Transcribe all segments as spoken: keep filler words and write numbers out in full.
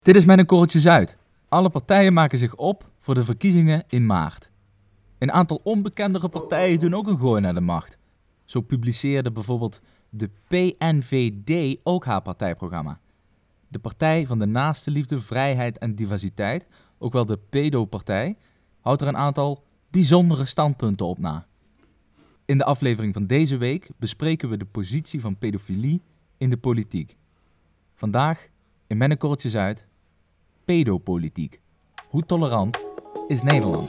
Dit is met een korreltje Zuid. Alle partijen maken zich op voor de verkiezingen in maart. Een aantal onbekendere partijen doen ook een gooi naar de macht. Zo publiceerde bijvoorbeeld de P N V D ook haar partijprogramma. De Partij van de Naaste Liefde, Vrijheid en Diversiteit, ook wel de Pedo-partij, houdt er een aantal bijzondere standpunten op na. In de aflevering van deze week bespreken we de positie van pedofilie in de politiek. Vandaag in Met een korreltje Zuid, pedopolitiek. Hoe tolerant is Nederland?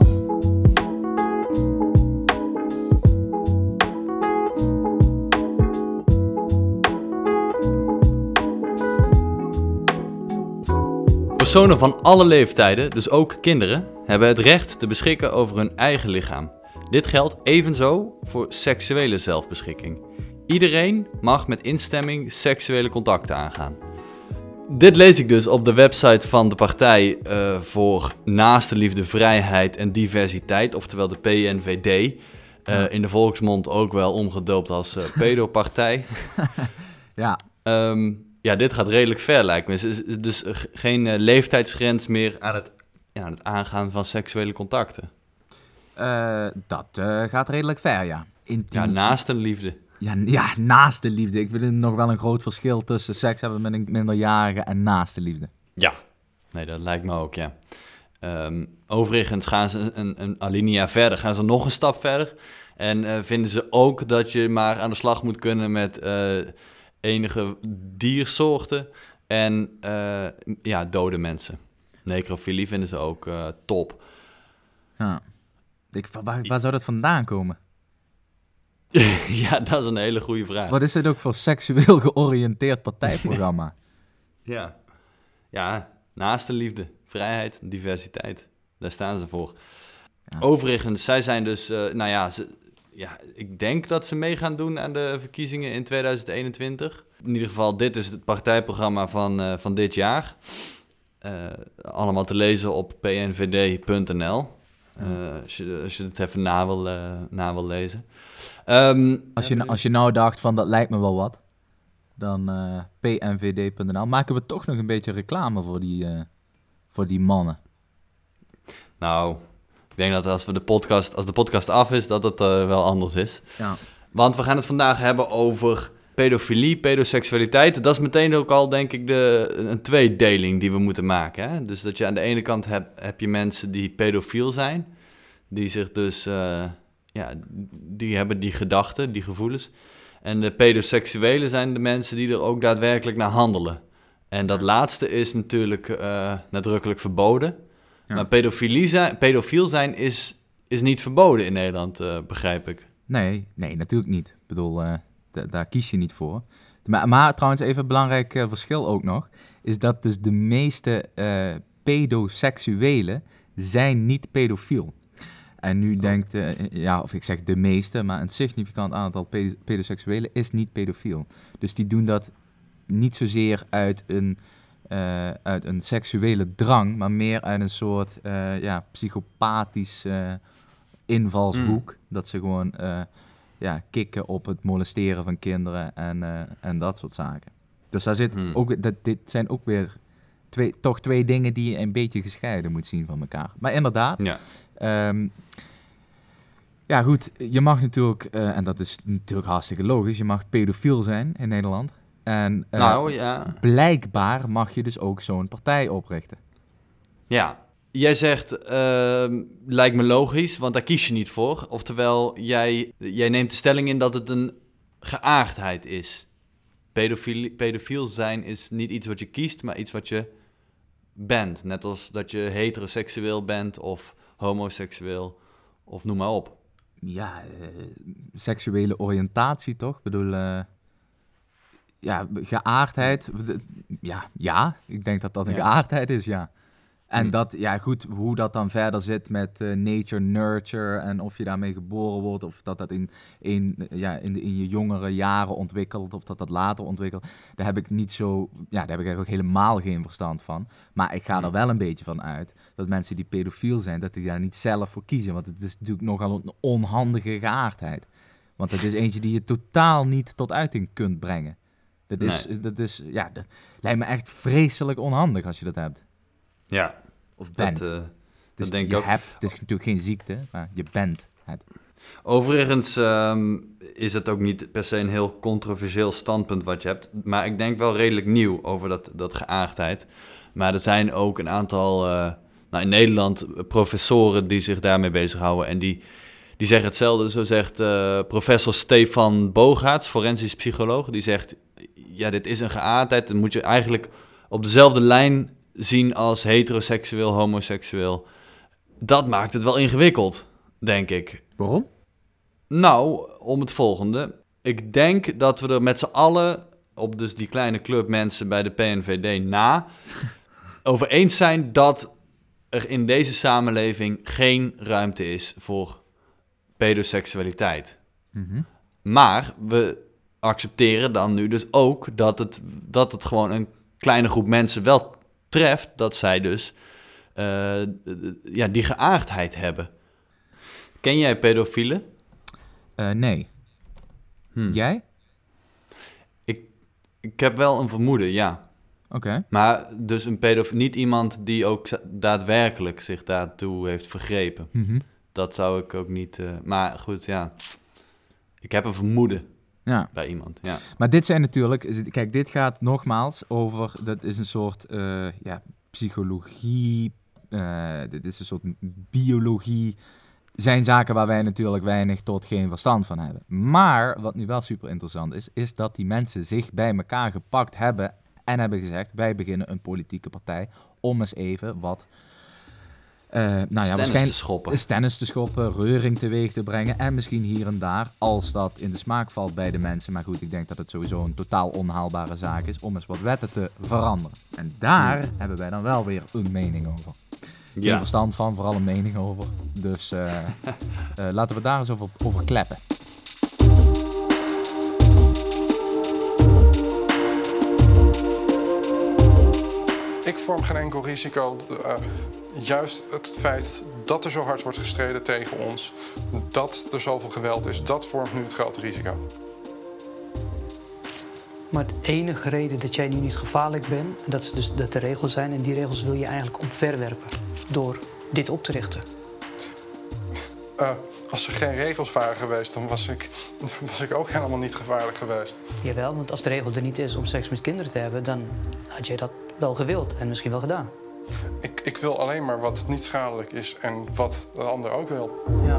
Personen van alle leeftijden, dus ook kinderen, hebben het recht te beschikken over hun eigen lichaam. Dit geldt evenzo voor seksuele zelfbeschikking. Iedereen mag met instemming seksuele contacten aangaan. Dit lees ik dus op de website van de Partij uh, voor Naaste Liefde, Vrijheid en Diversiteit, oftewel de P N V D. Uh, in de volksmond ook wel omgedoopt als uh, pedopartij. Ja. Um, ja, dit gaat redelijk ver, lijkt me. Dus uh, geen uh, leeftijdsgrens meer aan het, ja, aan het aangaan van seksuele contacten. Uh, dat uh, gaat redelijk ver, ja. Intiem... Ja, naaste liefde. Ja, ja, naaste liefde. Ik vind er nog wel een groot verschil tussen seks hebben met een minderjarige en naaste liefde. Ja, nee, dat lijkt me ook, ja. Um, overigens gaan ze een, een alinea verder, gaan ze nog een stap verder. En uh, vinden ze ook dat je maar aan de slag moet kunnen met uh, enige diersoorten en uh, ja, dode mensen. Necrofilie vinden ze ook uh, top. Ja. Ik, waar, waar zou dat vandaan komen? Ja, dat is een hele goede vraag. Wat is dit ook voor seksueel georiënteerd partijprogramma? ja. ja, naaste liefde, vrijheid, diversiteit. Daar staan ze voor. Ja. Overigens, zij zijn dus, uh, nou ja, ze, ja, ik denk dat ze mee gaan doen aan de verkiezingen in tweeduizend eenentwintig. In ieder geval, dit is het partijprogramma van, uh, van dit jaar. Uh, allemaal te lezen op p n v d punt n l. Uh, als, je, als je het even na wil, uh, na wil lezen. Um, als, je, als je nou dacht van dat lijkt me wel wat, dan uh, p n v d punt n l. Maken we toch nog een beetje reclame voor die, uh, voor die mannen? Nou, ik denk dat als, we de, podcast, als de podcast af is, dat het uh, wel anders is. Ja. Want we gaan het vandaag hebben over pedofilie, pedoseksualiteit. Dat is meteen ook al, denk ik, de, een tweedeling die we moeten maken. Hè? Dus dat je aan de ene kant heb, heb je mensen die pedofiel zijn, die zich dus, uh, ja, die hebben die gedachten, die gevoelens. En de pedoseksuelen zijn de mensen die er ook daadwerkelijk naar handelen. En dat laatste is natuurlijk uh, nadrukkelijk verboden. Ja. Maar pedofilie zijn, pedofiel zijn is, is niet verboden in Nederland, uh, begrijp ik. Nee, nee, natuurlijk niet. Ik bedoel, uh, d- daar kies je niet voor. Maar, maar trouwens, even een belangrijk uh, verschil ook nog, is dat dus de meeste uh, pedoseksuelen zijn niet pedofiel. En nu oh. denkt, uh, ja, of ik zeg de meeste, maar een significant aantal ped- pedoseksuelen is niet pedofiel. Dus die doen dat niet zozeer uit een, uh, uit een seksuele drang, maar meer uit een soort uh, ja, psychopathisch uh, invalshoek. Mm. Dat ze gewoon uh, ja, kicken op het molesteren van kinderen en, uh, en dat soort zaken. Dus daar zit mm. ook, dat, dit zijn ook weer twee, toch twee dingen die je een beetje gescheiden moet zien van elkaar. Maar inderdaad, ja, um, ja goed, je mag natuurlijk, uh, en dat is natuurlijk hartstikke logisch, je mag pedofiel zijn in Nederland. En uh, nou, ja. blijkbaar mag je dus ook zo'n partij oprichten. Ja, jij zegt, uh, lijkt me logisch, want daar kies je niet voor. Oftewel, jij, jij neemt de stelling in dat het een geaardheid is. Pedofiel, pedofiel zijn is niet iets wat je kiest, maar iets wat je bent. Net als dat je heteroseksueel bent of homoseksueel of noem maar op. Ja, uh, seksuele oriëntatie toch? Ik bedoel, uh, ja, geaardheid. Ja, ja, ik denk dat dat een ja. geaardheid is, ja. En hm. dat, ja goed, hoe dat dan verder zit met uh, nature, nurture en of je daarmee geboren wordt of dat dat in, in, ja, in, de, in je jongere jaren ontwikkelt of dat dat later ontwikkelt, daar heb ik niet zo, ja, daar heb ik eigenlijk helemaal geen verstand van. Maar ik ga hm. er wel een beetje van uit dat mensen die pedofiel zijn, dat die daar niet zelf voor kiezen, want het is natuurlijk nogal een onhandige geaardheid. Want het is eentje die je totaal niet tot uiting kunt brengen. Dat is, nee. dat is, ja, dat lijkt me echt vreselijk onhandig als je dat hebt. Ja. Of bent. Dat, uh, dus dat denk je ik ook. hebt, het is natuurlijk geen ziekte, maar je bent het. Overigens um, is het ook niet per se een heel controversieel standpunt wat je hebt. Maar ik denk wel redelijk nieuw over dat, dat geaardheid. Maar er zijn ook een aantal, uh, nou in Nederland, professoren die zich daarmee bezighouden. En die, die zeggen hetzelfde. Zo zegt uh, professor Stefan Bogaerts, forensisch psycholoog. Die zegt, ja, dit is een geaardheid. Dan moet je eigenlijk op dezelfde lijn zien als heteroseksueel, homoseksueel. Dat maakt het wel ingewikkeld, denk ik. Waarom? Nou, om het volgende. Ik denk dat we er met z'n allen, op dus die kleine club mensen bij de P N V D na, over eens zijn dat er in deze samenleving geen ruimte is voor pedoseksualiteit. Mm-hmm. Maar we accepteren dan nu dus ook dat het, dat het gewoon een kleine groep mensen wel treft, dat zij dus uh, ja, die geaardheid hebben. Ken jij pedofielen? Uh, nee. Hmm. Jij? Ik, ik heb wel een vermoeden, ja. Oké. Okay. Maar dus een pedofiel, niet iemand die ook daadwerkelijk zich daartoe heeft vergrepen. Mm-hmm. Dat zou ik ook niet... Uh, maar goed, ja. Ik heb een vermoeden ja. bij iemand, ja. Maar dit zijn natuurlijk... Kijk, dit gaat nogmaals over... Dat is een soort uh, ja, psychologie... Uh, dit is een soort biologie... Zijn zaken waar wij natuurlijk weinig tot geen verstand van hebben. Maar wat nu wel super interessant is, is dat die mensen zich bij elkaar gepakt hebben en hebben gezegd, wij beginnen een politieke partij om eens even wat... Uh, nou ja, stennis waarschijnlijk te schoppen. Stennis te schoppen, reuring teweeg te brengen en misschien hier en daar, als dat in de smaak valt bij de mensen, maar goed, ik denk dat het sowieso een totaal onhaalbare zaak is, om eens wat wetten te veranderen. En daar hmm. hebben wij dan wel weer een mening over. Geen ja. verstand van, vooral een mening over. Dus uh, uh, laten we daar eens over, over kleppen. Ik vorm geen enkel risico. Uh, juist het feit dat er zo hard wordt gestreden tegen ons, dat er zoveel geweld is, dat vormt nu het grote risico. Maar de enige reden dat jij nu niet gevaarlijk bent, dat is dus dat er regels zijn en die regels wil je eigenlijk omverwerpen door dit op te richten. Uh, als er geen regels waren geweest, dan was ik, was ik ook helemaal niet gevaarlijk geweest. Jawel, want als de regel er niet is om seks met kinderen te hebben, dan had jij dat wel gewild en misschien wel gedaan. Ik, ik wil alleen maar wat niet schadelijk is en wat de ander ook wil. Ja.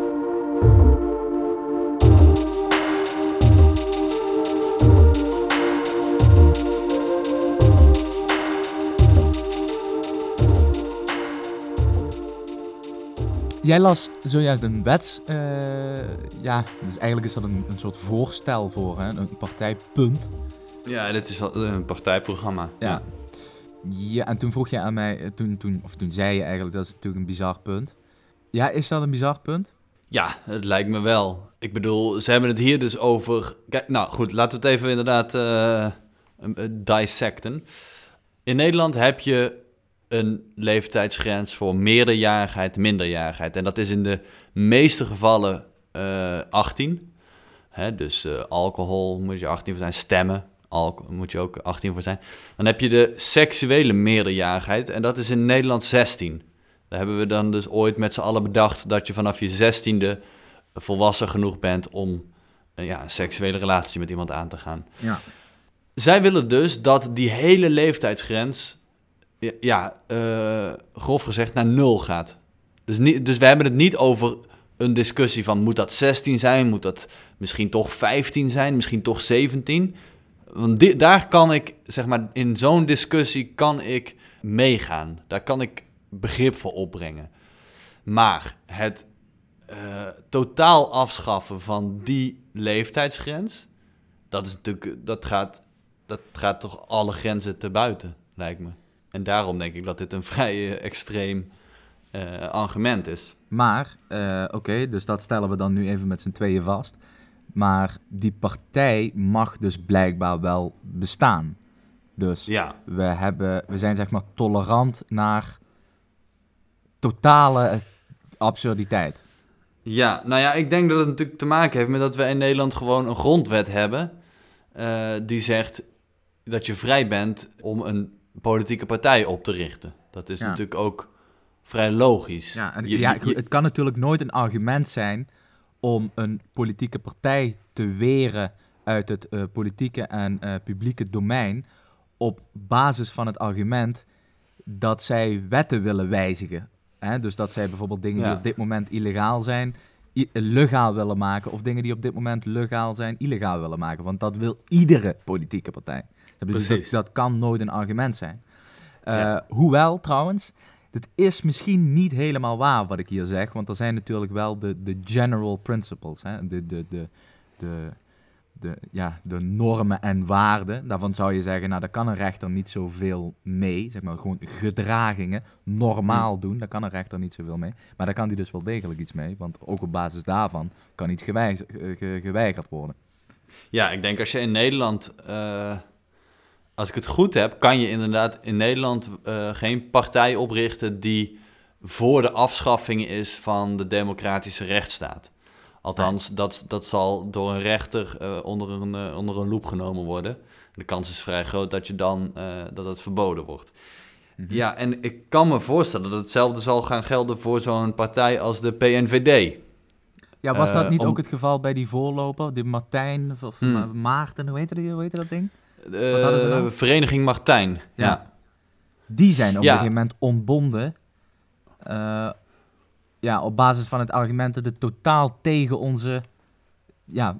Jij las zojuist een wets... Uh, ja, dus eigenlijk is dat een, een soort voorstel voor, hè? Een partijpunt. Ja, dit is een partijprogramma. Ja. ja. Ja, en toen vroeg je aan mij, toen, toen, of toen zei je eigenlijk, dat is natuurlijk een bizar punt. Ja, is dat een bizar punt? Ja, het lijkt me wel. Ik bedoel, ze hebben het hier dus over... Kijk, nou goed, laten we het even inderdaad uh, uh, dissecten. In Nederland heb je een leeftijdsgrens voor meerderjarigheid, minderjarigheid. En dat is in de meeste gevallen uh, achttien. Hè, dus uh, alcohol moet je achttien voor zijn, stemmen alcohol moet je ook achttien voor zijn. Dan heb je de seksuele meerderjarigheid en dat is in Nederland zestien. Daar hebben we dan dus ooit met z'n allen bedacht dat je vanaf je zestiende volwassen genoeg bent om uh, ja, een seksuele relatie met iemand aan te gaan. Ja. Zij willen dus dat die hele leeftijdsgrens, ja, uh, grof gezegd, naar nul gaat. Dus, niet, dus we hebben het niet over een discussie van, moet dat zestien zijn? Moet dat misschien toch vijftien zijn? Misschien toch zeventien? Want di- daar kan ik, zeg maar, in zo'n discussie kan ik meegaan. Daar kan ik begrip voor opbrengen. Maar het uh, totaal afschaffen van die leeftijdsgrens, dat is natuurlijk, dat gaat, dat gaat toch alle grenzen te buiten, lijkt me. En daarom denk ik dat dit een vrij uh, extreem uh, argument is. Maar, uh, oké, okay, dus dat stellen we dan nu even met z'n tweeën vast. Maar die partij mag dus blijkbaar wel bestaan. Dus ja. we, hebben, we zijn zeg maar tolerant naar totale absurditeit. Ja, nou ja, ik denk dat het natuurlijk te maken heeft met dat we in Nederland gewoon een grondwet hebben. uh, die zegt dat je vrij bent om een politieke partij op te richten. Dat is ja. natuurlijk ook vrij logisch. Ja, en, je, ja je, het kan natuurlijk nooit een argument zijn om een politieke partij te weren uit het uh, politieke en uh, publieke domein op basis van het argument dat zij wetten willen wijzigen. Hè? Dus dat zij bijvoorbeeld dingen ja. die op dit moment illegaal zijn, i- legaal willen maken, of dingen die op dit moment legaal zijn, illegaal willen maken. Want dat wil iedere politieke partij. Dus dat, dat kan nooit een argument zijn. Uh, ja. Hoewel, trouwens, het is misschien niet helemaal waar wat ik hier zeg, want er zijn natuurlijk wel de, de general principles, hè? De, de, de, de, de, ja, de normen en waarden. Daarvan zou je zeggen, nou, daar kan een rechter niet zoveel mee. Zeg maar, gewoon gedragingen normaal doen, daar kan een rechter niet zoveel mee. Maar daar kan hij dus wel degelijk iets mee, want ook op basis daarvan kan iets gewijs, ge, geweigerd worden. Ja, ik denk als je in Nederland... Uh... Als ik het goed heb, kan je inderdaad in Nederland uh, geen partij oprichten die voor de afschaffing is van de democratische rechtsstaat. Althans, nee. dat, dat zal door een rechter uh, onder, een, uh, onder een loep genomen worden. De kans is vrij groot dat, je dan, uh, dat het verboden wordt. Mm-hmm. Ja, en ik kan me voorstellen dat hetzelfde zal gaan gelden voor zo'n partij als de P N V D. Ja, was dat niet uh, om... ook het geval bij die voorloper, de Martijn of hmm. Maarten, hoe heette, die, hoe heette dat ding? Uh, Vereniging Martijn. Ja. ja. Die zijn op ja. een gegeven moment ontbonden. Uh, ja, op basis van het argument dat het totaal tegen onze ja,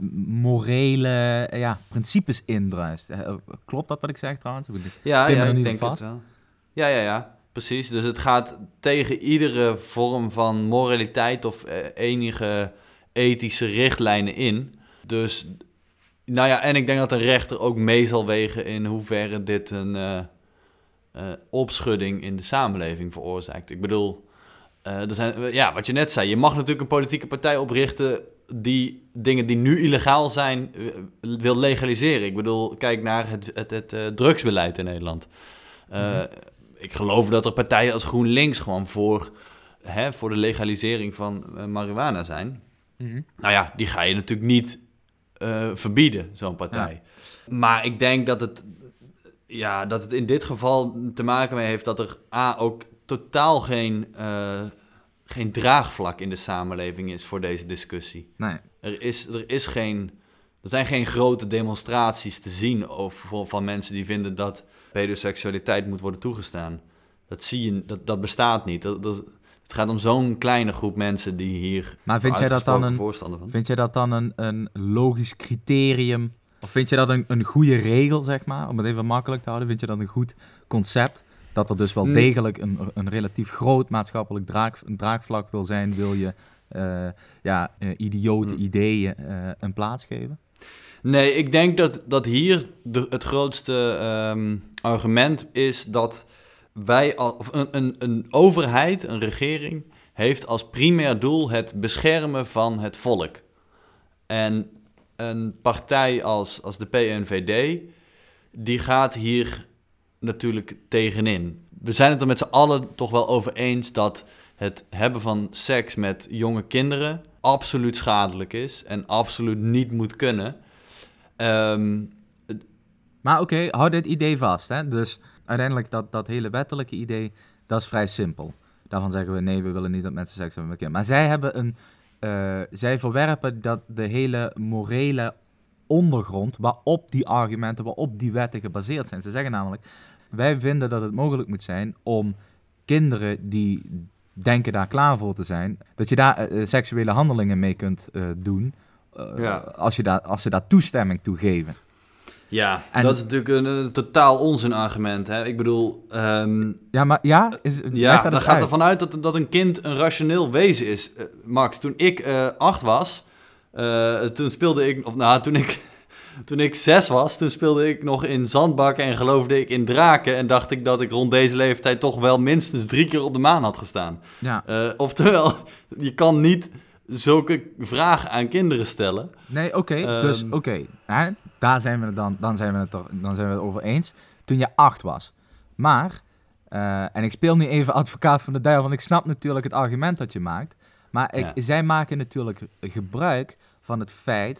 morele ja, principes indruist. Uh, klopt dat wat ik zeg trouwens? Ja, ja ik denk het wel. Ja, ja, ja. Precies. Dus het gaat tegen iedere vorm van moraliteit of uh, enige ethische richtlijnen in. Dus... Nou ja, en ik denk dat een rechter ook mee zal wegen in hoeverre dit een uh, uh, opschudding in de samenleving veroorzaakt. Ik bedoel, uh, er zijn, ja, wat je net zei, je mag natuurlijk een politieke partij oprichten die dingen die nu illegaal zijn uh, wil legaliseren. Ik bedoel, kijk naar het, het, het uh, drugsbeleid in Nederland. Uh, mm-hmm. Ik geloof dat er partijen als GroenLinks gewoon voor, hè, voor de legalisering van uh, marihuana zijn. Mm-hmm. Nou ja, die ga je natuurlijk niet... Uh, verbieden, zo'n partij. Ja. Maar ik denk dat het, ja, dat het in dit geval te maken mee heeft dat er A, ook totaal geen, uh, geen draagvlak in de samenleving is voor deze discussie. Nee. Er, is, er, is geen, er zijn geen grote demonstraties te zien over, van mensen die vinden dat pedoseksualiteit moet worden toegestaan. Dat zie je, dat, dat bestaat niet. Dat, dat, Het gaat om zo'n kleine groep mensen die hier maar vind jij dat dan een, voorstander van. Vind jij dat dan een, een logisch criterium? Of vind je dat een, een goede regel, zeg maar? Om het even makkelijk te houden. Vind je dat een goed concept? Dat er dus wel hmm. degelijk een, een relatief groot maatschappelijk draag, een draagvlak wil zijn... wil je uh, ja, uh, idiote hmm. ideeën uh, een plaats geven? Nee, ik denk dat, dat hier de, het grootste um, argument is dat... Wij, of een, een, een overheid, een regering, heeft als primair doel het beschermen van het volk. En een partij als, als de P N V D, die gaat hier natuurlijk tegenin. We zijn het er met z'n allen toch wel over eens dat het hebben van seks met jonge kinderen absoluut schadelijk is en absoluut niet moet kunnen. Um, maar oké, okay, hou dit idee vast, hè. Dus... Uiteindelijk, dat, dat hele wettelijke idee, dat is vrij simpel. Daarvan zeggen we, nee, we willen niet dat mensen seks hebben met kinderen. Maar zij hebben een, uh, zij verwerpen dat de hele morele ondergrond waarop die argumenten, waarop die wetten gebaseerd zijn. Ze zeggen namelijk, wij vinden dat het mogelijk moet zijn om kinderen die denken daar klaar voor te zijn, dat je daar uh, seksuele handelingen mee kunt uh, doen, uh, ja. als, je daar, als ze daar toestemming toe geven. Ja, en dat is natuurlijk een, een totaal onzin argument. Hè? Ik bedoel... Um, ja, maar ja... Is, ja, dan gaat ervan uit dat, dat een kind een rationeel wezen is. Uh, Max, toen ik uh, acht was, uh, toen speelde ik... Of nou, toen ik, toen ik zes was, toen speelde ik nog in zandbakken en geloofde ik in draken. En dacht ik dat ik rond deze leeftijd toch wel minstens drie keer op de maan had gestaan. Ja. Uh, oftewel, je kan niet zulke vragen aan kinderen stellen. Nee, oké. Okay, um, dus oké. Okay. Daar zijn we het dan, dan zijn we het er, dan zijn we het over eens. Toen je acht was. Maar, uh, en ik speel nu even advocaat van de duivel, want ik snap natuurlijk het argument dat je maakt. Maar ik, ja. zij maken natuurlijk gebruik van het feit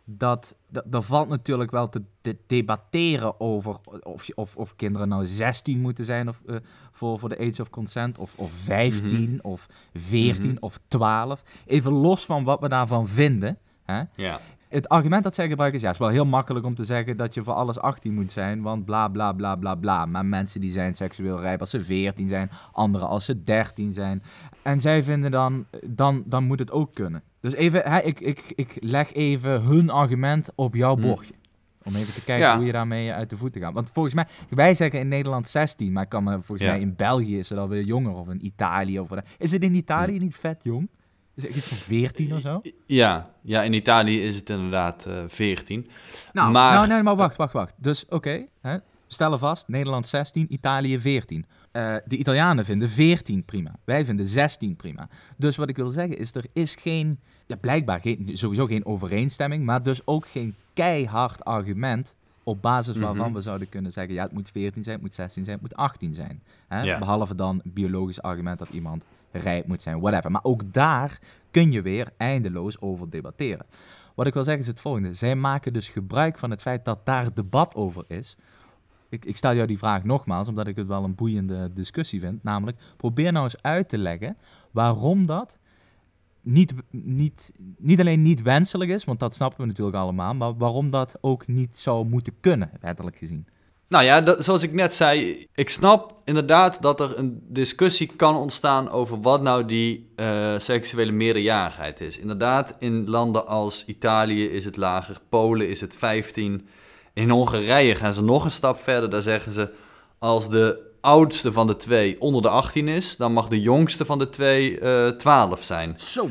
dat, dat er valt natuurlijk wel te, te debatteren over of, je, of, of kinderen nou zestien moeten zijn of, uh, voor, voor de age of consent, of, of vijftien, mm-hmm. of veertien, mm-hmm. of twaalf. Even los van wat we daarvan vinden. Hè? Ja. Het argument dat zij gebruiken is, ja, het is wel heel makkelijk om te zeggen dat je voor alles achttien moet zijn, want bla bla bla bla bla. Maar mensen die zijn seksueel rijp als ze veertien zijn, anderen als ze dertien zijn. En zij vinden dan, dan, dan moet het ook kunnen. Dus even, hè, ik, ik, ik leg even hun argument op jouw bordje. Om even te kijken ja. hoe je daarmee uit de voeten gaat. Want volgens mij, wij zeggen in Nederland zestien, maar ik kan me, volgens ja. mij in België is het alweer jonger, of in Italië. Of is het in Italië ja. niet vet jong? Is het iets van veertien of zo? Ja, ja, in Italië is het inderdaad uh, veertien. Nou, maar... nou, nee, maar wacht, wacht, wacht. Dus oké, okay, stellen vast, Nederland zestien, Italië veertien. Uh, de Italianen vinden veertien prima. Wij vinden zestien prima. Dus wat ik wil zeggen is, er is geen, ja, blijkbaar geen, sowieso geen overeenstemming, maar dus ook geen keihard argument op basis waarvan mm-hmm. we zouden kunnen zeggen, ja, het moet veertien zijn, het moet zestien zijn, het moet achttien zijn. Hè? Ja. Behalve dan biologisch argument dat iemand rijp moet zijn, whatever. Maar ook daar kun je weer eindeloos over debatteren. Wat ik wil zeggen is het volgende. Zij maken dus gebruik van het feit dat daar debat over is. Ik, ik stel jou die vraag nogmaals, omdat ik het wel een boeiende discussie vind. Namelijk, probeer nou eens uit te leggen waarom dat niet, niet, niet alleen niet wenselijk is, want dat snappen we natuurlijk allemaal, maar waarom dat ook niet zou moeten kunnen, wettelijk gezien. Nou ja, dat, zoals ik net zei, ik snap inderdaad dat er een discussie kan ontstaan over wat nou die uh, seksuele meerderjarigheid is. Inderdaad, in landen als Italië is het lager, Polen is het vijftien. In Hongarije gaan ze nog een stap verder, daar zeggen ze, als de oudste van de twee onder de achttien is, dan mag de jongste van de twee uh, twaalf zijn. Zo!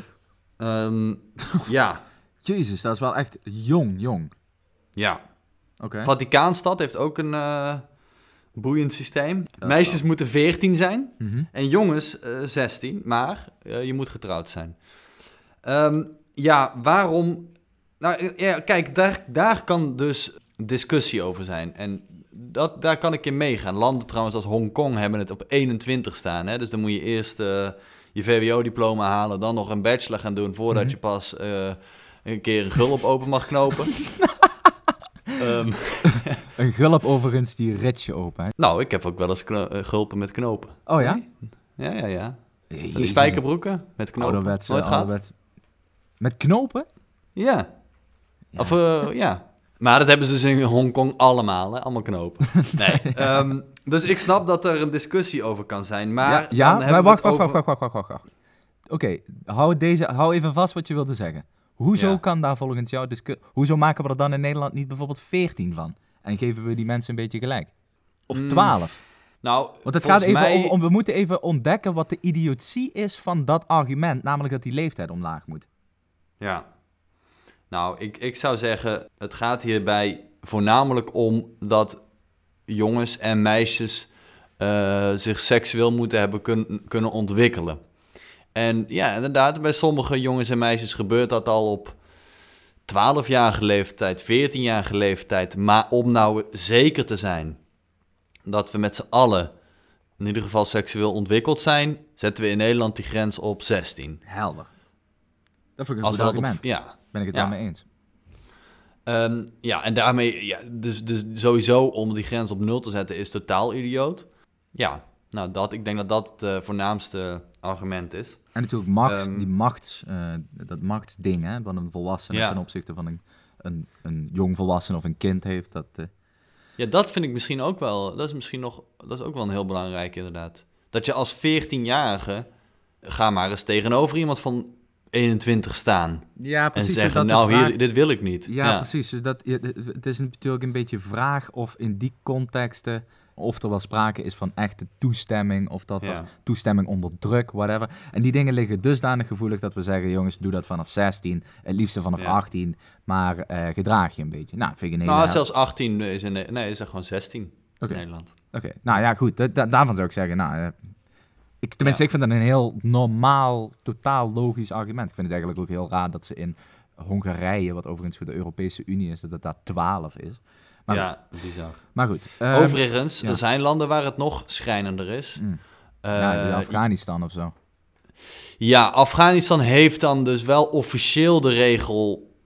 Um, ja. Jezus, dat is wel echt jong, jong. Ja. Okay. Vaticaanstad heeft ook een uh, boeiend systeem. Uh, Meisjes oh. moeten veertien zijn mm-hmm. en jongens uh, zestien, maar uh, je moet getrouwd zijn. Um, ja, waarom? Nou, ja, kijk, daar, daar kan dus discussie over zijn. En dat, daar kan ik in meegaan. Landen trouwens als Hongkong hebben het op eenentwintig staan. Hè? Dus dan moet je eerst uh, je V W O-diploma halen, dan nog een bachelor gaan doen voordat mm-hmm. je pas uh, een keer een gulp open mag knopen. Um, een gulp overigens die ritsje open. Hè? Nou, ik heb ook wel eens kno- uh, gulpen met knopen. Oh ja? Ja, ja, ja. Jezus. Die spijkerbroeken met knopen. Ouderwets, Nooit gehad? ouderwets. Met knopen? Ja. ja. Of, uh, ja. Maar dat hebben ze dus in Hongkong allemaal, hè? Allemaal knopen. Nee. um, dus ik snap dat er een discussie over kan zijn, maar... Ja, ja maar wacht, wacht, over... wacht, wacht, wacht, wacht, wacht. Oké, okay, hou, deze, hou even vast wat je wilde zeggen. Hoezo ja. kan daar volgens jou discussie... Hoezo maken we er dan in Nederland niet bijvoorbeeld veertien van? En geven we die mensen een beetje gelijk? Of twaalf? Mm, nou, Want het gaat even mij... om, om... We moeten even ontdekken wat de idiotie is van dat argument. Namelijk dat die leeftijd omlaag moet. Ja. Nou, ik, ik zou zeggen... Het gaat hierbij voornamelijk om dat jongens en meisjes... Uh, zich seksueel moeten hebben kun, kunnen ontwikkelen. En ja, inderdaad, bij sommige jongens en meisjes gebeurt dat al op twaalfjarige leeftijd, veertienjarige leeftijd. Maar om nou zeker te zijn dat we met z'n allen in ieder geval seksueel ontwikkeld zijn, zetten we in Nederland die grens op zestien. Helder. Dat vind ik een goed argument. Op, ja. Ben ik het ja. wel mee eens. Um, ja, en daarmee, ja, dus, dus sowieso om die grens op nul te zetten is totaal idioot. Ja, nou dat, ik denk dat dat het uh, voornaamste argument is. En natuurlijk macht, um, die machts, uh, dat machtsding, hè, wat een volwassene ja. ten opzichte van een, een, een jong volwassene of een kind heeft. Dat, uh... Ja, dat vind ik misschien ook wel, dat is misschien nog, dat is ook wel een heel belangrijk inderdaad. Dat je als veertienjarige, ga maar eens tegenover iemand van eenentwintig staan. Ja, precies. En zeggen, nou vraag... hier, dit wil ik niet. Ja, ja. precies. Dus dat, het is natuurlijk een beetje vraag of in die contexten... of er wel sprake is van echte toestemming... of dat ja. er toestemming onder druk, whatever. En die dingen liggen dusdanig gevoelig dat we zeggen... jongens, doe dat vanaf zestien, het liefste vanaf ja. achttien... maar uh, gedraag je een beetje. Nou, vind ik een hele... Nou, zelfs achttien is in... Nee, is er gewoon zestien okay. in Nederland. Oké, okay. Nou ja, goed. Da- da- daarvan zou ik zeggen... Nou, uh, ik, tenminste, ja. ik vind dat een heel normaal, totaal logisch argument. Ik vind het eigenlijk ook heel raar dat ze in Hongarije... wat overigens voor de Europese Unie is... dat het daar twaalf is... Maar ja, bizar. Maar goed. Um, Overigens, ja. er zijn landen waar het nog schrijnender is. Mm. Uh, ja, Afghanistan of zo. Ja, Afghanistan heeft dan dus wel officieel de regel... in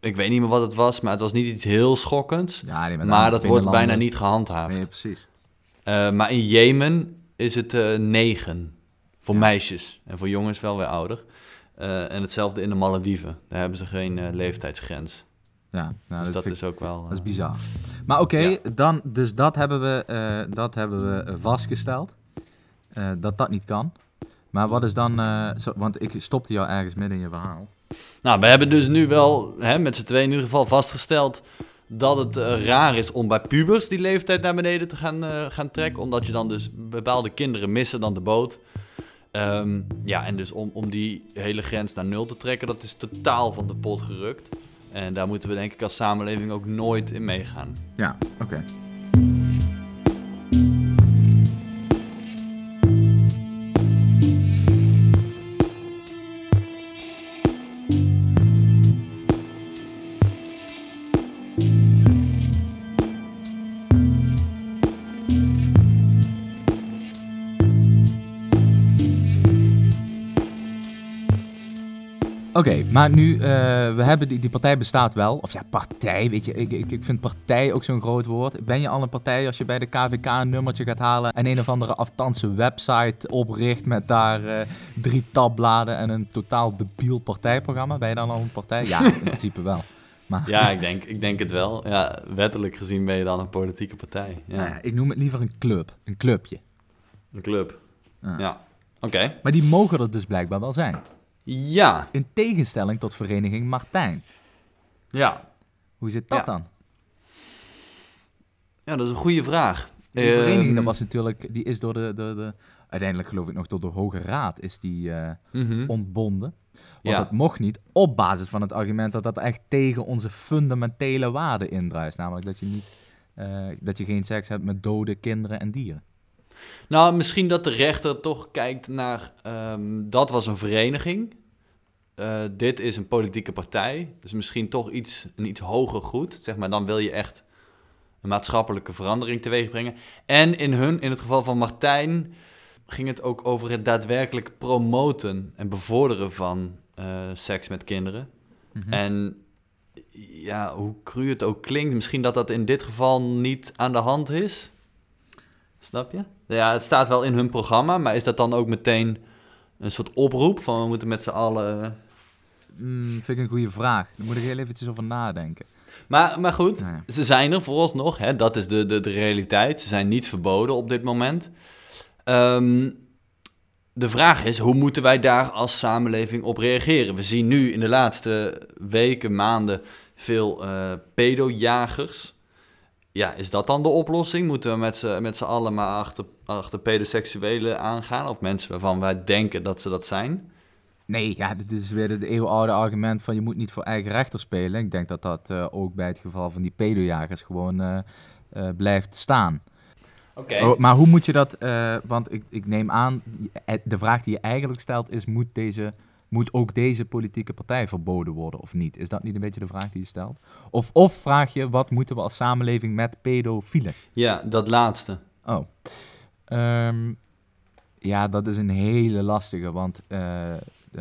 ik weet niet meer wat het was, maar het was niet iets heel schokkends. Ja, nee, maar dat wordt bijna binnenlanden- niet gehandhaafd. Nee, precies. Uh, maar in Jemen is het uh, negen voor Ja. meisjes en voor jongens wel weer ouder. Uh, en hetzelfde in de Malediven. Daar hebben ze geen uh, leeftijdsgrens. Ja, nou, dus dat, vind is ook wel... Uh, Dat is bizar. Maar oké, Ja. dan dus dat hebben we, uh, dat hebben we vastgesteld. Uh, dat dat niet kan. Maar wat is dan... Uh, zo, want ik stopte jou ergens midden in je verhaal. Nou, we hebben dus nu wel hè, met z'n tweeën in ieder geval vastgesteld... dat het uh, raar is om bij pubers die leeftijd naar beneden te gaan, uh, gaan trekken. Omdat je dan dus bepaalde kinderen missen dan de boot. Um, ja, en dus om, om die hele grens naar nul te trekken, dat is totaal van de pot gerukt. En daar moeten we denk ik als samenleving ook nooit in meegaan. Ja, oké. Okay. Oké, okay, maar nu, uh, we hebben die, die partij bestaat wel. Of ja, partij, weet je, ik, ik, ik vind partij ook zo'n groot woord. Ben je al een partij als je bij de K V K een nummertje gaat halen en een of andere afstandse website opricht met daar uh, drie tabbladen en een totaal debiel partijprogramma? Ben je dan al een partij? Ja, in principe wel. Maar, ja, ik denk, ik denk het wel. Ja, wettelijk gezien ben je dan een politieke partij. Ja. Nou ja, ik noem het liever een club, een clubje. Een club, ja. ja. Oké. Okay. Maar die mogen er dus blijkbaar wel zijn. Ja. In tegenstelling tot vereniging Martijn. Ja. Hoe zit dat ja. dan? Ja, dat is een goede vraag. Die vereniging, um, dat was natuurlijk, die is door de, de, de, uiteindelijk geloof ik nog door de Hoge Raad is die uh, mm-hmm. ontbonden. Want ja. dat mocht niet op basis van het argument dat dat echt tegen onze fundamentele waarden indruist. Namelijk dat je, niet, uh, dat je geen seks hebt met dode kinderen en dieren. Nou, misschien dat de rechter toch kijkt naar... Um, dat was een vereniging. Uh, dit is een politieke partij. Dus misschien toch iets, een iets hoger goed. Zeg maar, dan wil je echt een maatschappelijke verandering teweeg brengen. En in, hun, in het geval van Martijn ging het ook over het daadwerkelijk promoten en bevorderen van uh, seks met kinderen. Mm-hmm. En ja, hoe cru het ook klinkt, misschien dat dat in dit geval niet aan de hand is. Snap je? Ja, het staat wel in hun programma, maar is dat dan ook meteen een soort oproep van we moeten met z'n allen... Mm, vind ik een goede vraag. Daar moet ik heel eventjes over nadenken. Maar, maar goed, nou ja. Ze zijn er vooralsnog, hè? Dat is de, de, de realiteit. Ze zijn niet verboden op dit moment. Um, de vraag is, hoe moeten wij daar als samenleving op reageren? We zien nu in de laatste weken, maanden veel uh, pedojagers. Ja, is dat dan de oplossing? Moeten we met z'n, met z'n allen maar achter, achter pedoseksuelen aangaan? Of mensen waarvan wij denken dat ze dat zijn? Nee, ja, dit is weer het eeuwenoude argument van je moet niet voor eigen rechter spelen. Ik denk dat dat uh, ook bij het geval van die pedojagers gewoon uh, uh, blijft staan. Oké. Okay. Oh, maar hoe moet je dat, uh, want ik, ik neem aan, de vraag die je eigenlijk stelt is, moet, deze, moet ook deze politieke partij verboden worden of niet? Is dat niet een beetje de vraag die je stelt? Of, of vraag je, wat moeten we als samenleving met pedofielen? Ja, dat laatste. Oh. Um, ja, dat is een hele lastige, want... Uh, Uh,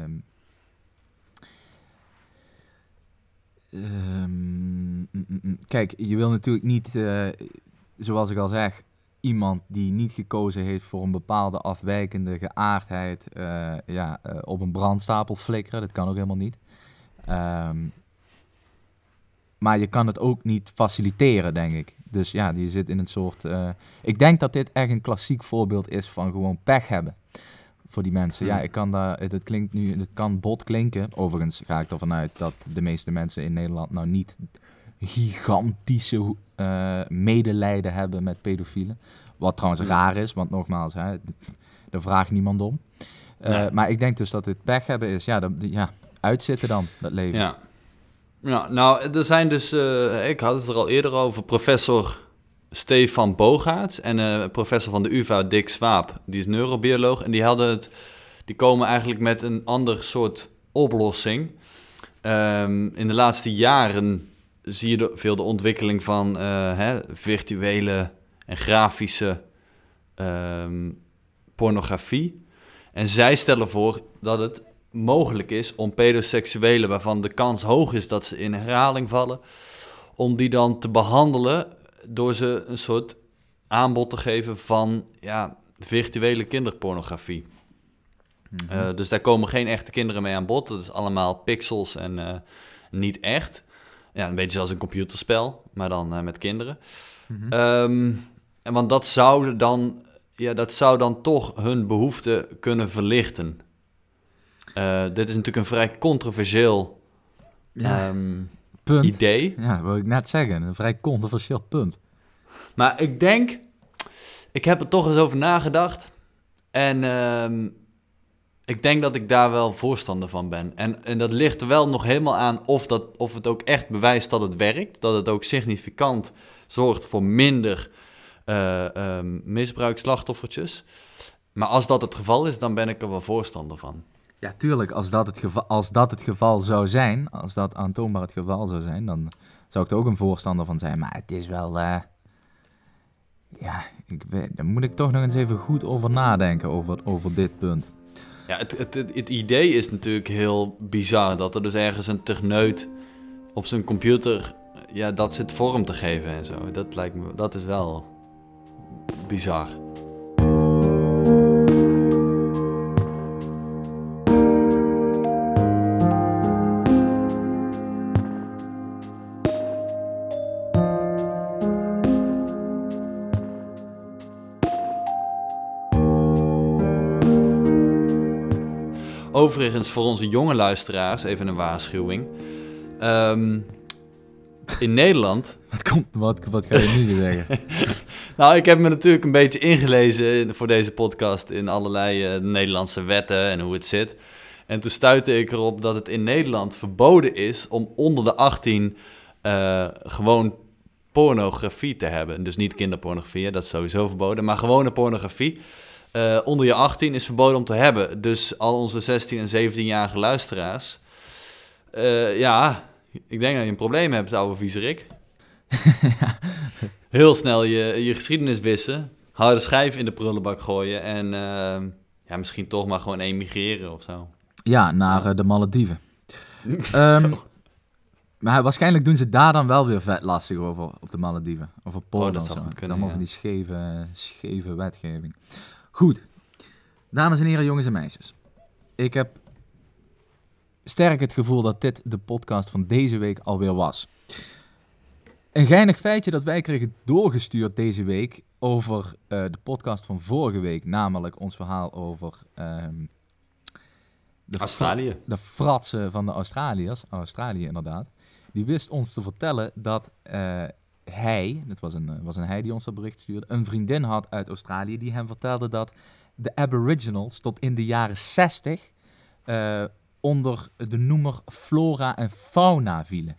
um, mm, mm, kijk, je wil natuurlijk niet, uh, zoals ik al zeg, iemand die niet gekozen heeft voor een bepaalde afwijkende geaardheid uh, ja, uh, op een brandstapel flikkeren. Dat kan ook helemaal niet. Um, maar je kan het ook niet faciliteren, denk ik. Dus ja, je zit in een soort... Uh, ik denk dat dit echt een klassiek voorbeeld is van gewoon pech hebben. Voor die mensen. Ja, ik kan daar, het klinkt nu, het kan bot klinken. Overigens ga ik ervan uit dat de meeste mensen in Nederland nou niet gigantische uh, medelijden hebben met pedofielen. Wat trouwens raar is, want nogmaals, hè, daar vraagt niemand om. Uh, nee. Maar ik denk dus dat het pech hebben is, ja, dat, ja uitzitten dan, dat leven. Ja. Ja, nou, er zijn dus, uh, ik had het er al eerder over, professor Stefan Bogaerts en uh, professor van de U vA, Dick Swaap, die is neurobioloog. En die, hadden het, die komen eigenlijk met een ander soort oplossing. Um, in de laatste jaren zie je de, veel de ontwikkeling van uh, hè, virtuele en grafische um, pornografie. En zij stellen voor dat het mogelijk is om pedoseksuelen, waarvan de kans hoog is dat ze in herhaling vallen, om die dan te behandelen door ze een soort aanbod te geven van ja, virtuele kinderpornografie. Mm-hmm. Uh, dus daar komen geen echte kinderen mee aan bod. Dat is allemaal pixels en uh, niet echt. Ja, een beetje zoals een computerspel, maar dan uh, met kinderen. Mm-hmm. Um, en want dat zou dan, ja, dat zou dan toch hun behoefte kunnen verlichten. Uh, dit is natuurlijk een vrij controversieel ja, um, punt. idee. Ja, dat wil ik net zeggen. Een vrij controversieel punt. Maar ik denk, ik heb er toch eens over nagedacht. En um, ik denk dat ik daar wel voorstander van ben. En, en dat ligt er wel nog helemaal aan of, dat, of het ook echt bewijst dat het werkt. Dat het ook significant zorgt voor minder uh, um, misbruikslachtoffertjes. Maar als dat het geval is, dan ben ik er wel voorstander van. Ja, tuurlijk. Als dat het geval, als dat het geval zou zijn, als dat aantoonbaar het geval zou zijn, dan zou ik er ook een voorstander van zijn. Maar het is wel... Uh, ja, ik weet, daar moet ik toch nog eens even goed over nadenken, over, over dit punt. Ja, het, het, het, het idee is natuurlijk heel bizar. Dat er dus ergens een techneut op zijn computer ja, dat zit vorm te geven en zo. Dat lijkt me, dat is wel bizar. Overigens, voor onze jonge luisteraars, even een waarschuwing. Um, in Nederland... Wat, komt, wat, wat ga je nu zeggen? Nou, ik heb me natuurlijk een beetje ingelezen voor deze podcast in allerlei uh, Nederlandse wetten en hoe het zit. En toen stuitte ik erop dat het in Nederland verboden is om onder de achttien uh, gewoon pornografie te hebben. Dus niet kinderpornografie, dat is sowieso verboden, maar gewone pornografie. Uh, onder je achttien is verboden om te hebben. Dus al onze zestien- en zeventienjarige luisteraars... Uh, ja, ik denk dat je een probleem hebt, oude viezerik. Ja. Heel snel je, je geschiedenis wissen. Harde schijf in de prullenbak gooien. En uh, ja, misschien toch maar gewoon emigreren of zo. Ja, naar uh, de Malediven. um, maar waarschijnlijk doen ze daar dan wel weer vet lastig over op de Malediven. Over porno. Oh, dat zou zo. kunnen, allemaal ja. van die scheve, scheve wetgeving. Goed, dames en heren, jongens en meisjes. Ik heb sterk het gevoel dat dit de podcast van deze week alweer was. Een geinig feitje dat wij kregen doorgestuurd deze week over uh, de podcast van vorige week, namelijk ons verhaal over um, de, Australië. Fra- de fratsen van de Australiërs, Australië inderdaad. Die wist ons te vertellen dat uh, hij, het was een, was een hij die ons dat bericht stuurde, een vriendin had uit Australië die hem vertelde dat de Aboriginals tot in de jaren zestig uh, onder de noemer flora en fauna vielen.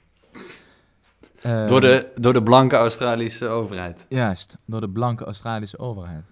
Uh, door, de, door de blanke Australische overheid. Juist, door de blanke Australische overheid.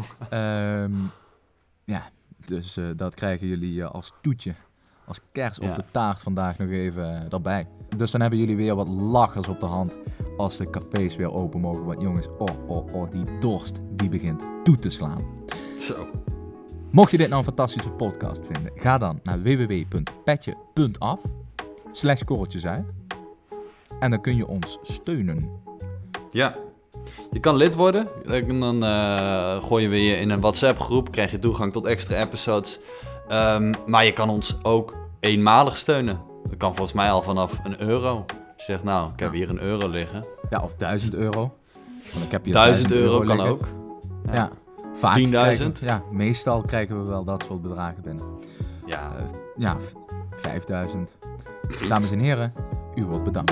um, ja, dus uh, dat krijgen jullie uh, als toetje, als kers op ja. de taart vandaag nog even uh, erbij. Dus dan hebben jullie weer wat lachers op de hand als de cafés weer open mogen. Want jongens, oh, oh, oh, die dorst, die begint toe te slaan. Zo. Mocht je dit nou een fantastische podcast vinden, ga dan naar www.petje.af slash korreltjes uit. En dan kun je ons steunen. Ja, je kan lid worden. En dan uh, gooien we je in een WhatsApp-groep. Krijg je toegang tot extra episodes. Um, maar je kan ons ook eenmalig steunen. Dat kan volgens mij al vanaf een euro. Je zegt, nou, ik heb hier een euro liggen. Ja, of duizend euro. Want ik heb hier duizend euro, euro kan liggen. ook. Ja, ja. Vaak tienduizend. Ja, meestal krijgen we wel dat soort bedragen binnen. Ja. Uh, ja, vijfduizend. Dames en heren, u wordt bedankt.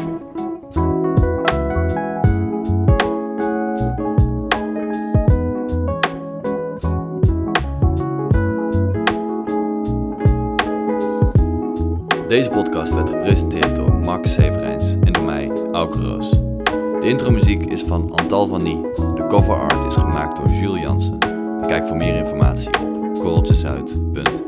Deze podcast werd gepresenteerd door Max Severijns en door mij, Auke Roos. De intromuziek is van Antal van Nie. De cover art is gemaakt door Jules Jansen. Kijk voor meer informatie op korreltjesuit punt